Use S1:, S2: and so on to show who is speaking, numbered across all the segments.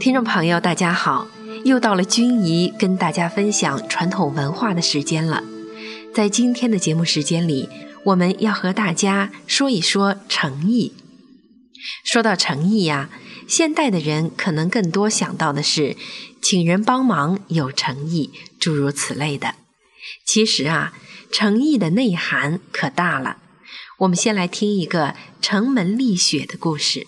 S1: 听众朋友大家好，又到了君怡跟大家分享传统文化的时间了。在今天的节目时间里，我们要和大家说一说诚意。说到诚意呀，现代的人可能更多想到的是请人帮忙有诚意，诸如此类的。其实啊，诚意的内涵可大了。我们先来听一个城门立雪的故事。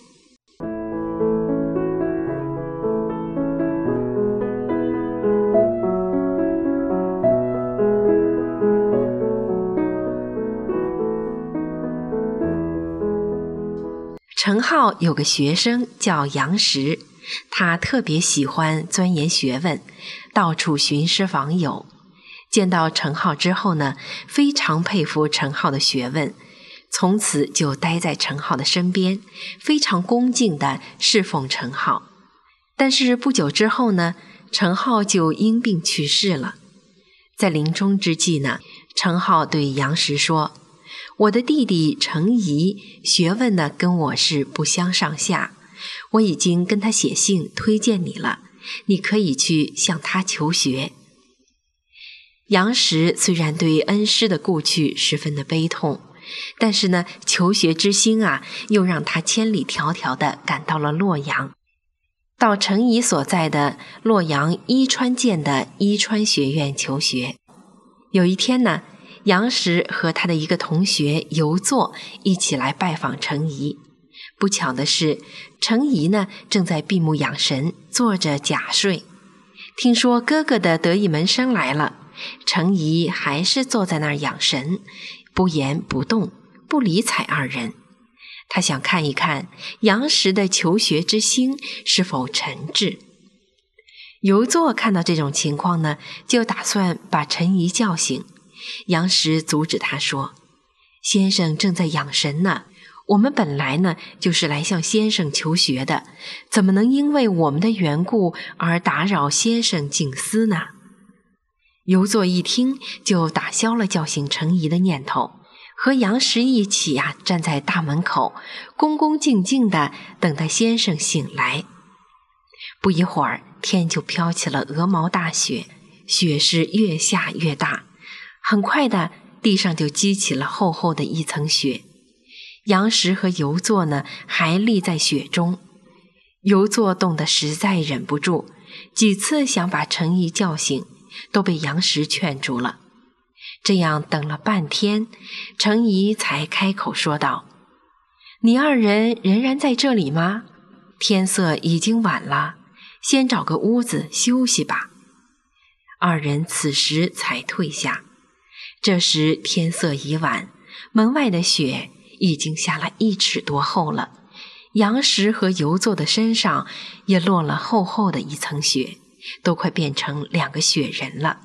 S1: 程颢有个学生叫杨时，他特别喜欢钻研学问，到处寻师访友。见到程颢之后呢，非常佩服程颢的学问，从此就待在程颢的身边，非常恭敬地侍奉程颢。但是不久之后呢，程颢就因病去世了。在临终之际呢，程颢对杨时说：我的弟弟程颐学问呢跟我是不相上下，我已经跟他写信推荐你了，你可以去向他求学。杨时虽然对恩师的故去十分的悲痛，但是呢，求学之心啊，又让他千里迢迢地赶到了洛阳，到程颐所在的洛阳伊川县的伊川学院求学。有一天呢，杨时和他的一个同学游作一起来拜访程颐。不巧的是，程颐呢正在闭目养神，做着假睡。听说哥哥的得意门生来了，程颐还是坐在那儿养神，不言不动，不理睬二人。他想看一看杨时的求学之心是否诚挚。游作看到这种情况呢，就打算把程颐叫醒。杨时阻止他说：先生正在养神呢，我们本来呢就是来向先生求学的，怎么能因为我们的缘故而打扰先生静思呢？游作一听，就打消了叫醒程颐的念头，和杨时一起站在大门口，恭恭敬敬地等待先生醒来。不一会儿，天就飘起了鹅毛大雪，雪是越下越大，很快的，地上就积起了厚厚的一层雪。杨时和游作呢，还立在雪中。游作冻得实在忍不住，几次想把程颐叫醒，都被杨时劝住了。这样等了半天，程颐才开口说道：你二人仍然在这里吗？天色已经晚了，先找个屋子休息吧。二人此时才退下。这时天色已晚，门外的雪已经下了1尺多厚了，杨时和游作的身上也落了厚厚的一层雪，都快变成2个雪人了。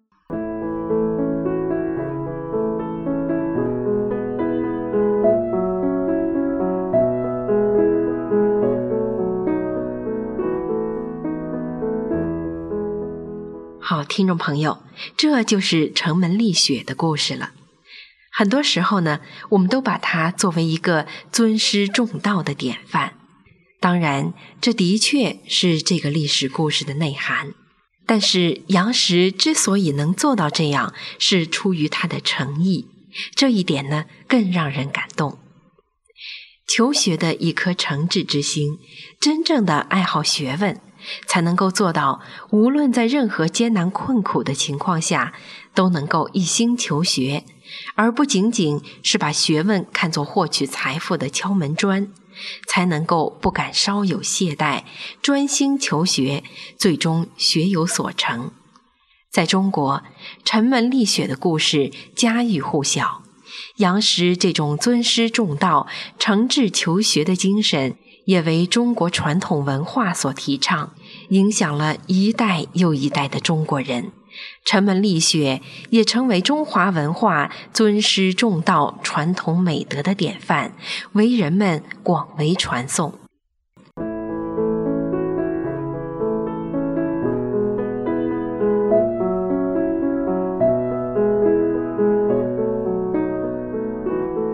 S1: 好，听众朋友，这就是城门立雪的故事了。很多时候呢，我们都把它作为一个尊师重道的典范。当然，这的确是这个历史故事的内涵。但是杨时之所以能做到这样，是出于他的诚意，这一点呢，更让人感动。求学的一颗诚挚之心，真正的爱好学问，才能够做到无论在任何艰难困苦的情况下，都能够一心求学，而不仅仅是把学问看作获取财富的敲门砖，才能够不敢稍有懈怠，专心求学，最终学有所成。在中国，城门立雪的故事家喻户晓，杨时这种尊师重道、诚挚求学的精神，也为中国传统文化所提倡，影响了一代又一代的中国人。城门立雪也成为中华文化尊师重道传统美德的典范，为人们广为传颂。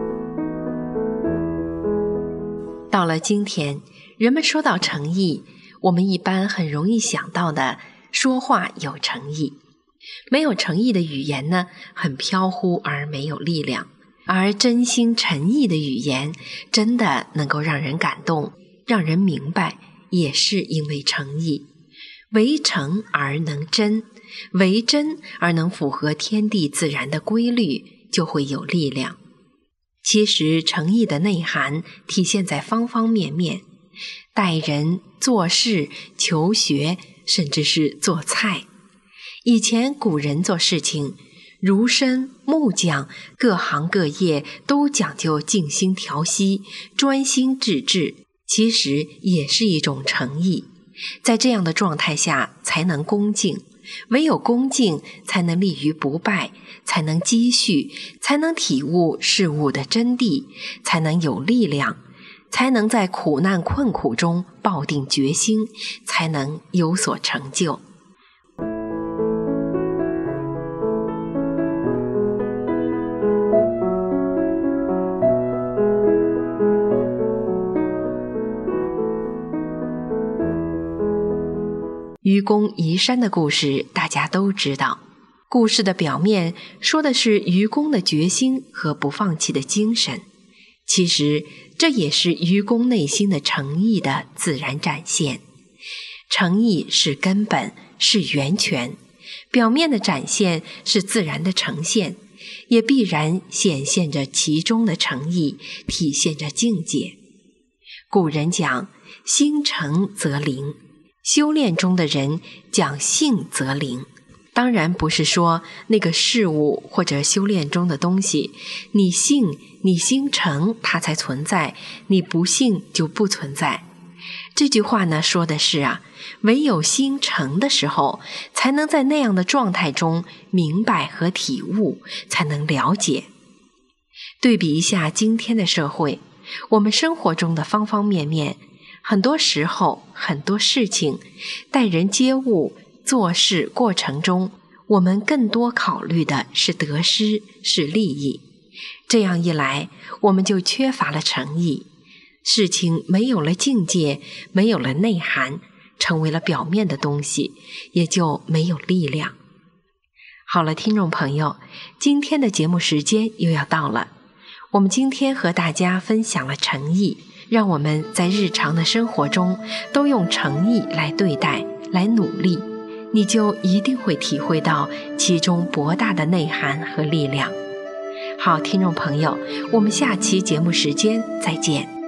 S1: 到了今天，人们说到诚意， 我们一般很容易想到的说话有诚意。没有诚意的语言呢，很飘忽而没有力量，而真心诚意的语言真的能够让人感动，让人明白，也是因为诚意。为诚而能真，为真而能符合天地自然的规律，就会有力量。其实诚意的内涵体现在方方面面，待人、做事、求学，甚至是做菜。以前古人做事情，儒生、木匠，各行各业都讲究静心调息，专心致志，其实也是一种诚意。在这样的状态下才能恭敬，唯有恭敬才能立于不败，才能积蓄，才能体悟事物的真谛，才能有力量，才能在苦难困苦中抱定决心，才能有所成就。愚公移山的故事大家都知道，故事的表面说的是愚公的决心和不放弃的精神，其实这也是愚公内心的诚意的自然展现。诚意是根本，是源泉，表面的展现是自然的呈现，也必然显现着其中的诚意，体现着境界。古人讲心诚则灵，修炼中的人讲性则灵，当然不是说那个事物或者修炼中的东西，你信你心诚它才存在，你不信就不存在。这句话呢说的是唯有心诚的时候，才能在那样的状态中明白和体悟，才能了解。对比一下今天的社会，我们生活中的方方面面，很多时候很多事情，待人接物，做事过程中，我们更多考虑的是得失，是利益。这样一来，我们就缺乏了诚意，事情没有了境界，没有了内涵，成为了表面的东西，也就没有力量。好了，听众朋友，今天的节目时间又要到了。我们今天和大家分享了诚意，让我们在日常的生活中都用诚意来对待，来努力，你就一定会体会到其中博大的内涵和力量。好，听众朋友，我们下期节目时间再见。